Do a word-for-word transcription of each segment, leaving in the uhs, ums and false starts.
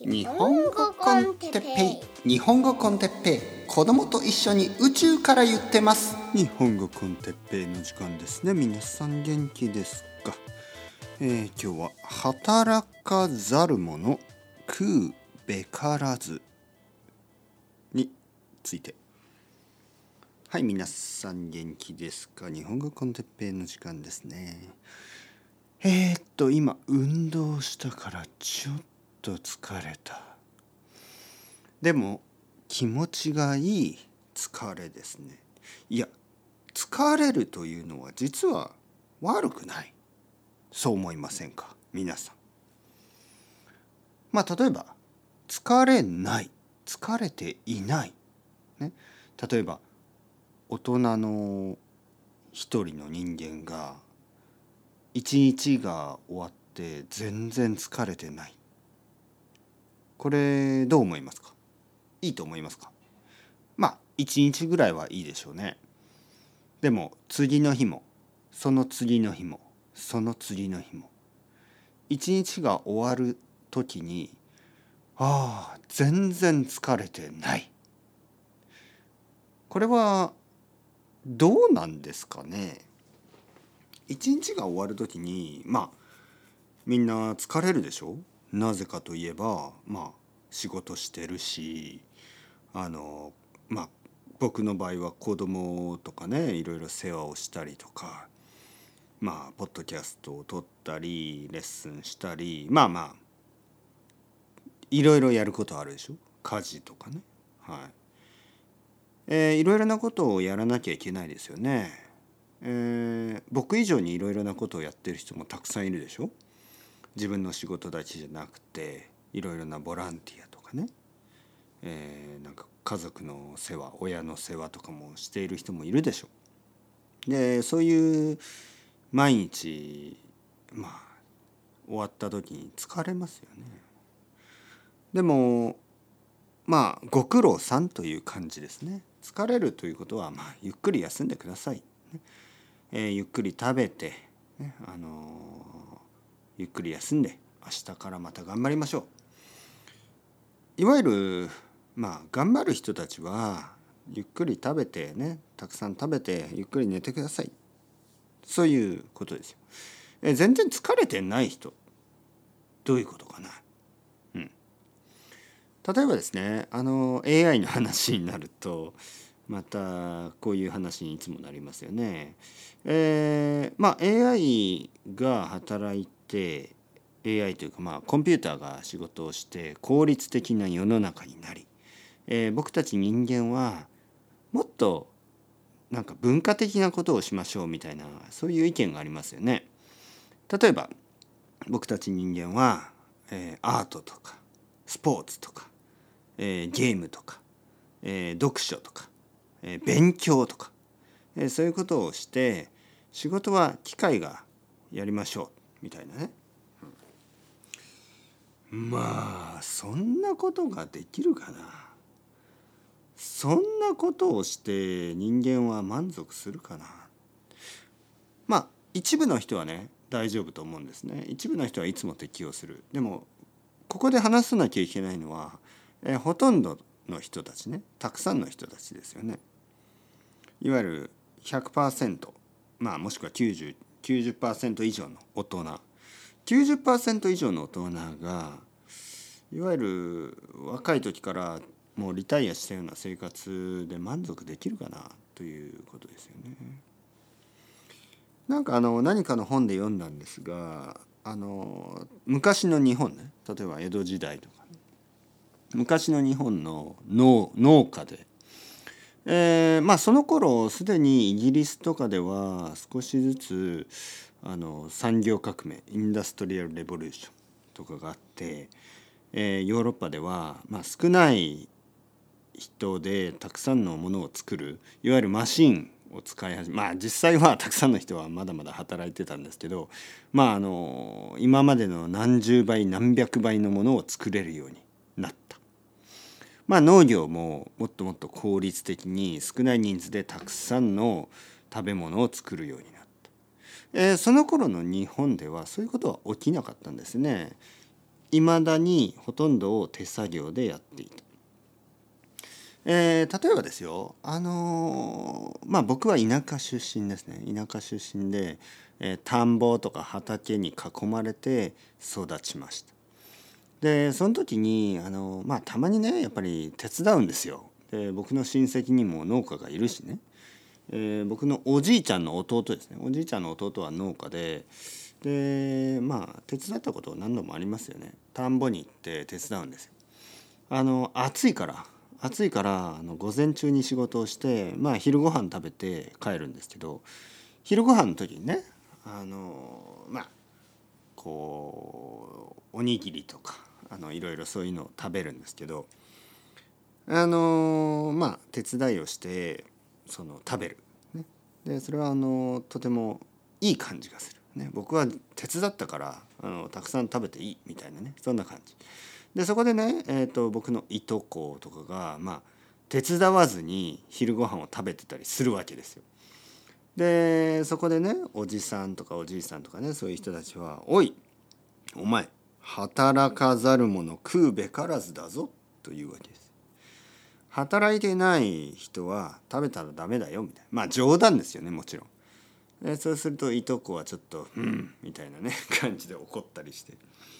日本語コンテッペイ日本語コンテッペイ子供と一緒に宇宙から言ってます。 日本語コンテッペイの時間ですね。皆さん元気ですか？えー、今日は働かざる者食うべからずについて。はい、皆さん元気ですか？日本語コンテッペイの時間ですね。えー、っと今運動したからちょっと疲れた。でも気持ちがいい疲れですね。いや、疲れるというのは実は悪くない。そう思いませんか皆さん。まあ例えば疲れない、疲れていない、ね、例えば大人の一人の人間が一日が終わって全然疲れてない。これどう思いますか？いいと思いますか？まあ一日ぐらいはいいでしょうね。でも次の日もその次の日もその次の日も一日が終わる時にああ全然疲れてない。これはどうなんですかね。一日が終わる時にまあみんな疲れるでしょ。なぜかといえばまあ仕事してるし、あのまあ僕の場合は子供とかねいろいろ世話をしたりとか、まあポッドキャストを撮ったりレッスンしたり、まあまあいろいろやることあるでしょ。家事とかね、はい、えー、いろいろなことをやらなきゃいけないですよね。えー、僕以上にいろいろなことをやってる人もたくさんいるでしょ。自分の仕事だけじゃなくていろいろなボランティアとかね、えー、なんか家族の世話親の世話とかもしている人もいるでしょ。でそういう毎日まあ終わった時に疲れますよね。でもまあご苦労さんという感じですね。疲れるということはまあゆっくり休んでください、えー、ゆっくり食べて、ね、あのー、ゆっくり休んで明日からまた頑張りましょう。いわゆるまあ頑張る人たちはゆっくり食べてね、たくさん食べてゆっくり寝てください。そういうことですよ。え全然疲れてない人どういうことかな。うん。例えばですね、あの エーアイ の話になるとまたこういう話にいつもなりますよね。えー、まあ エーアイ が働いて エーアイ というかまあコンピューターが仕事をして効率的な世の中になり、えー、僕たち人間はもっとなんか文化的なことをしましょうみたいなそういう意見がありますよね。例えば僕たち人間は、えー、アートとかスポーツとか、えー、ゲームとか、えー、読書とか、えー、勉強とか、えー、そういうことをして仕事は機械がやりましょうみたいなね、うん、まあそんなことができるかな。そんなことをして人間は満足するかな。まあ一部の人はね大丈夫と思うんですね。一部の人はいつも適応する。でもここで話さなきゃいけないのは、えー、ほとんどの人たちね、たくさんの人たちですよね。いわゆる ひゃくパーセント、まあもしくはきゅうじゅう、きゅうじゅっパーセント以上の大人、きゅうじゅっパーセント以上の大人がいわゆる若い時からもうリタイアしたような生活で満足できるかなということですよね。なんかあの何かの本で読んだんですが、あの昔の日本ね、例えば江戸時代とか、ね、昔の日本の 農, 農家で、えー、まあその頃すでにイギリスとかでは少しずつあの産業革命インダストリアルレボリューションとかがあって、えー、ヨーロッパでは、まあ、少ない人でたくさんのものを作るいわゆるマシンを使い始め、まあ実際はたくさんの人はまだまだ働いてたんですけど、まああの今までの何十倍何百倍のものを作れるようになった。まあ農業ももっともっと効率的に少ない人数でたくさんの食べ物を作るようになった。えー、その頃の日本ではそういうことは起きなかったんですね。 未だにほとんどを手作業でやっていた。えー、例えばですよ、あのー、まあ僕は田舎出身ですね。田舎出身で、えー、田んぼとか畑に囲まれて育ちました。でその時にあのー、まあたまにねやっぱり手伝うんですよ。で僕の親戚にも農家がいるしね、えー、僕のおじいちゃんの弟ですね。おじいちゃんの弟は農家で、でまあ手伝ったこと何度もありますよね。田んぼに行って手伝うんですよ。あの暑いから暑いからあの午前中に仕事をして、まあ昼ご飯食べて帰るんですけど、昼ご飯の時にねあのまあこうおにぎりとかあのいろいろそういうのを食べるんですけど、あのまあ手伝いをしてその食べる、ね、でそれはあのとてもいい感じがする、ね、僕は手伝ったからあのたくさん食べていいみたいなね、そんな感じで、そこでね、えーと、僕のいとことかがまあ手伝わずに昼ご飯を食べてたりするわけですよ。でそこでねおじさんとかおじいさんとかね、そういう人たちは「おいお前働かざる者食うべからずだぞ」というわけです。働いてない人は食べたらダメだよみたいな、まあ冗談ですよね、もちろん。でそうするといとこはちょっと「うん」みたいなね感じで怒ったりして、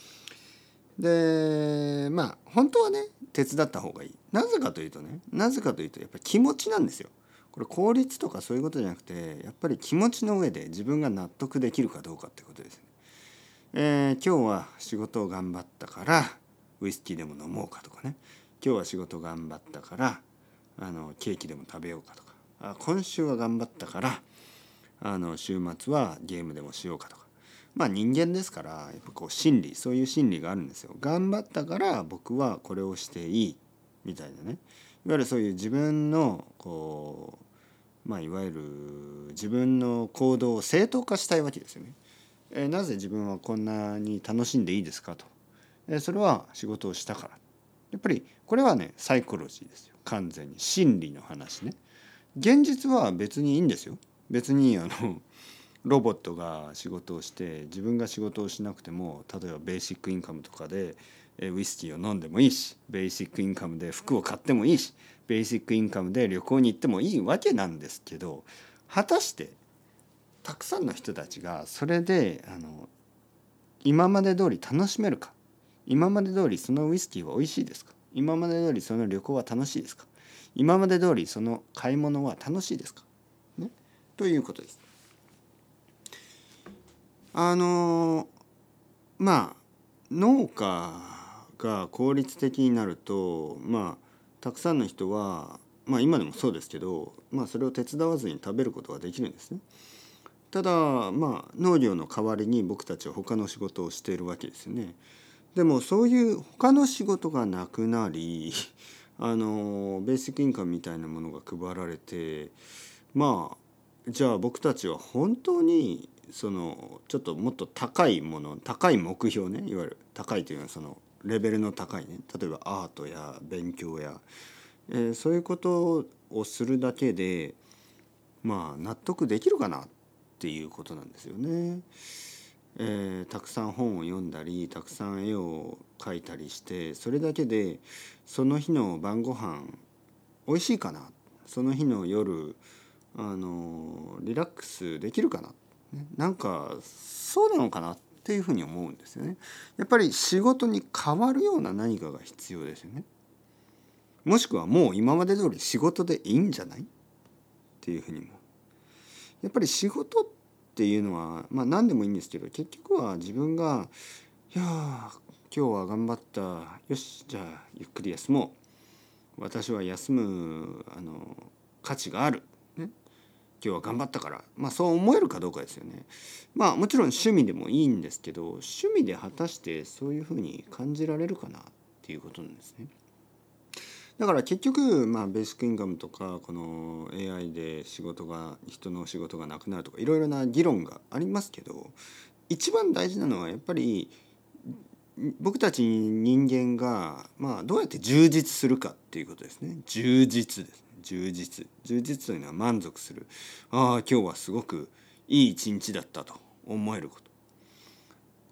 でまあ本当はね手伝った方がいい。なぜかというとねなぜかというとやっぱり気持ちなんですよ。これ効率とかそういうことじゃなくて、やっぱり気持ちの上で自分が納得できるかどうかってことですね。えー、今日は仕事を頑張ったからウイスキーでも飲もうかとかね、今日は仕事頑張ったからあのケーキでも食べようかとか、あ今週は頑張ったからあの週末はゲームでもしようかとか、まあ人間ですからやっぱこう心理、そういう心理があるんですよ。頑張ったから僕はこれをしていいみたいなね、いわゆるそういう自分のこうまあいわゆる自分の行動を正当化したいわけですよね。えー、なぜ自分はこんなに楽しんでいいですかと、えー、それは仕事をしたから。やっぱりこれはねサイコロジーですよ。完全に心理の話ね。現実は別にいいんですよ。別にあのロボットが仕事をして自分が仕事をしなくても、例えばベーシックインカムとかでウイスキーを飲んでもいいし、ベーシックインカムで服を買ってもいいし、ベーシックインカムで旅行に行ってもいいわけなんですけど、果たしてたくさんの人たちがそれであの今まで通り楽しめるか、今まで通りそのウイスキーは美味しいですか、今まで通りその旅行は楽しいですか、今まで通りその買い物は楽しいですか、ね、ということです。あのまあ農家が効率的になると、まあたくさんの人は、まあ今でもそうですけど、まあそれを手伝わずに食べることができるんですね。ただまあ農業の代わりに僕たちは他の仕事をしているわけですよね。でもそういう他の仕事がなくなりあのベーシックインカムみたいなものが配られて、まあじゃあ僕たちは本当にそのちょっともっと高いもの、高い目標ね、いわゆる高いというのはそのレベルの高いね、例えばアートや勉強や、えー、そういうことをするだけでまあ納得できるかなっていうことなんですよね。えー、たくさん本を読んだりたくさん絵を描いたりして、それだけでその日の晩ご飯美味しいかな、その日の夜あのリラックスできるかな、なんかそうなのかなっていうふうに思うんですよね。やっぱり仕事に変わるような何かが必要ですよね。もしくはもう今まで通り仕事でいいんじゃないっていうふうにも。やっぱり仕事っていうのはまあ何でもいいんですけど、結局は自分がいや今日は頑張った、よしじゃあゆっくり休もう、私は休むあの価値がある、ね、今日は頑張ったから、まあそう思えるかどうかですよね。まあもちろん趣味でもいいんですけど、趣味で果たしてそういうふうに感じられるかなっていうことなんですね。だから結局まあベーシックインカムとかこの エーアイ で仕事が人の仕事がなくなるとかいろいろな議論がありますけど、一番大事なのはやっぱり僕たち人間がまあどうやって充実するかっていうことですね。充実です。充実。充実というのは満足する。ああ今日はすごくいい一日だったと思えること。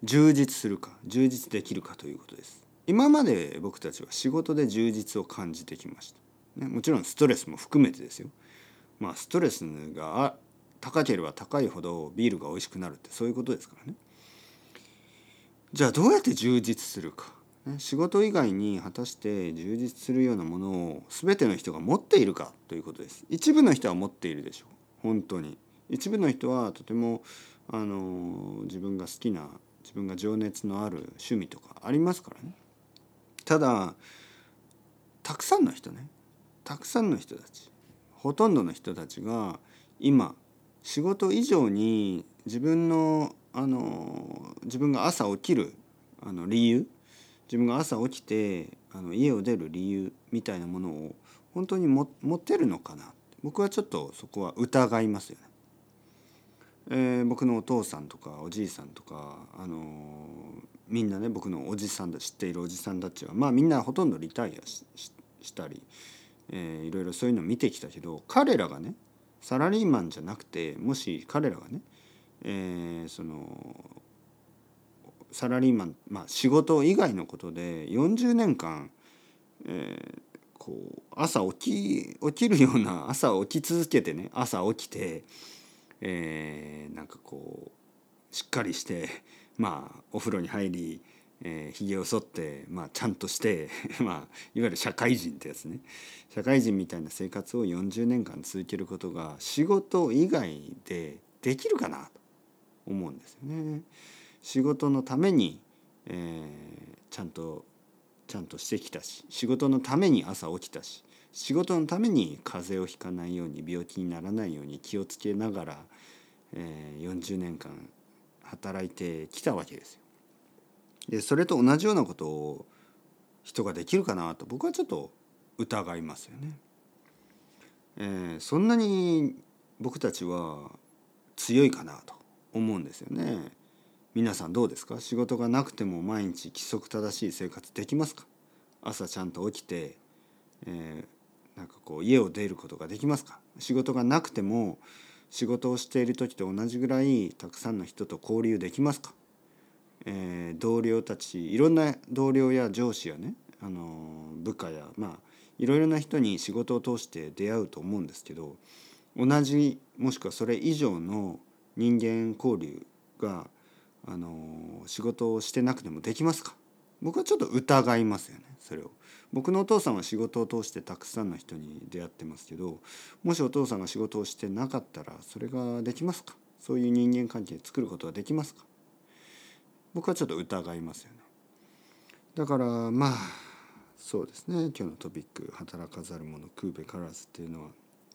充実するか充実できるかということです。今まで僕たちは仕事で充実を感じてきました、ね、もちろんストレスも含めてですよ。まあストレスが高ければ高いほどビールが美味しくなるってそういうことですからね。じゃあどうやって充実するか、ね、仕事以外に果たして充実するようなものを全ての人が持っているかということです。一部の人は持っているでしょう。本当に一部の人はとてもあの自分が好きな自分が情熱のある趣味とかありますからね。ただたくさんの人ねたくさんの人たちほとんどの人たちが今仕事以上に自分のあの自分が朝起きるあの理由自分が朝起きてあの家を出る理由みたいなものを本当にも持ってるのかな。僕はちょっとそこは疑いますよね。えー、僕のお父さんとかおじいさんとか、あのー、みんなね僕のおじさんだ知っているおじさんたちはまあみんなほとんどリタイア し, し, したり、えー、いろいろそういうのを見てきたけど彼らがねサラリーマンじゃなくてもし彼らがね、えー、そのサラリーマン、まあ、仕事以外のことでよんじゅうねんかん、えー、こう朝起き起きるような朝起き続けてね朝起きて、えー、なんかこうしっかりしてまあお風呂に入り、えー、ひげを剃って、まあ、ちゃんとしてまあいわゆる社会人ってやつね社会人みたいな生活をよんじゅうねんかん続けることが仕事以外でできるかなと思うんですよね。仕事のために、えー、ちゃんとちゃんとしてきたし仕事のために朝起きたし仕事のために風邪をひかないように病気にならないように気をつけながら、えー、よんじゅうねんかん働いてきたわけですよ。でそれと同じようなことを人ができるかなと僕はちょっと疑いますよね。えー、そんなに僕たちは強いかなと思うんですよね。皆さんどうですか？仕事がなくても毎日規則正しい生活できますか？朝ちゃんと起きて、えー、なんかこう家を出ることができますか？仕事がなくても仕事をしている時と同じぐらいたくさんの人と交流できますか？えー、同僚たちいろんな同僚や上司やね、あのー、部下やまあいろいろな人に仕事を通して出会うと思うんですけど同じもしくはそれ以上の人間交流があの仕事をしてなくてもできますか？僕はちょっと疑いますよねそれを。僕のお父さんは仕事を通してたくさんの人に出会ってますけどもしお父さんが仕事をしてなかったらそれができますか？そういう人間関係を作ることができますか？僕はちょっと疑いますよね。だからまあそうですね今日のトピック働かざる者食うべからずっていうのは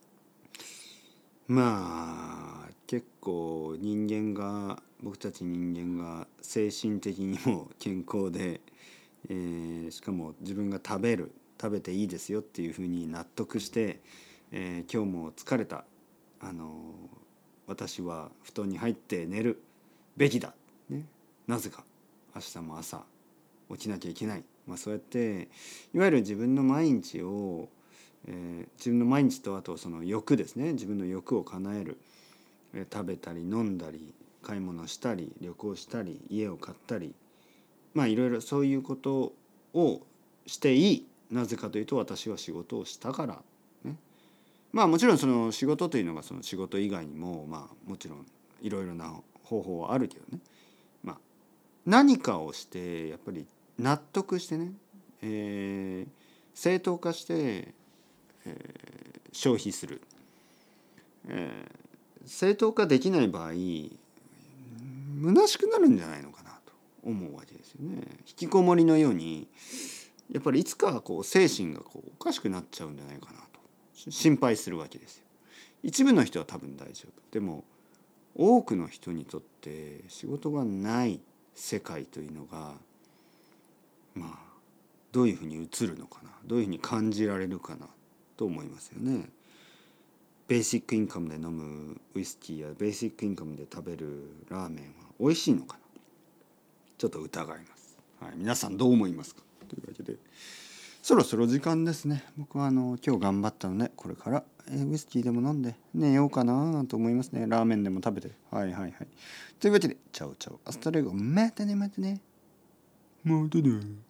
まあ結構人間が僕たち人間が精神的にも健康で、えー、しかも自分が食べる食べていいですよっていうふうに納得して、えー、今日も疲れたあの私は布団に入って寝るべきだ、ね、なぜか明日も朝起きなきゃいけない、まあ、そうやっていわゆる自分の毎日をえー、自分の毎日とあとその欲ですね自分の欲を叶える、えー、食べたり飲んだり買い物したり旅行したり家を買ったりまあいろいろそういうことをしていい。なぜかというと私は仕事をしたから、ね、まあもちろんその仕事というのがその仕事以外にもまあもちろんいろいろな方法はあるけどね、まあ、何かをしてやっぱり納得してね、えー、正当化してえー、消費する、えー、正当化できない場合虚しくなるんじゃないのかなと思うわけですよね。引きこもりのようにやっぱりいつかこう精神がこうおかしくなっちゃうんじゃないかなと心配するわけですよ。一部の人は多分大丈夫でも多くの人にとって仕事がない世界というのがまあどういうふうに映るのかなどういうふうに感じられるかなと思いますよね。ベーシックインカムで飲むウイスキーやベーシックインカムで食べるラーメンは美味しいのかなちょっと疑います、はい、皆さんどう思いますかというわけでそろそろ時間ですね。僕はあの今日頑張ったのでこれから、えーウイスキーでも飲んで寝ようかなと思いますね。ラーメンでも食べて。はいはいはい。というわけでチャオチャオアスタレゴ、またねまたねまたね。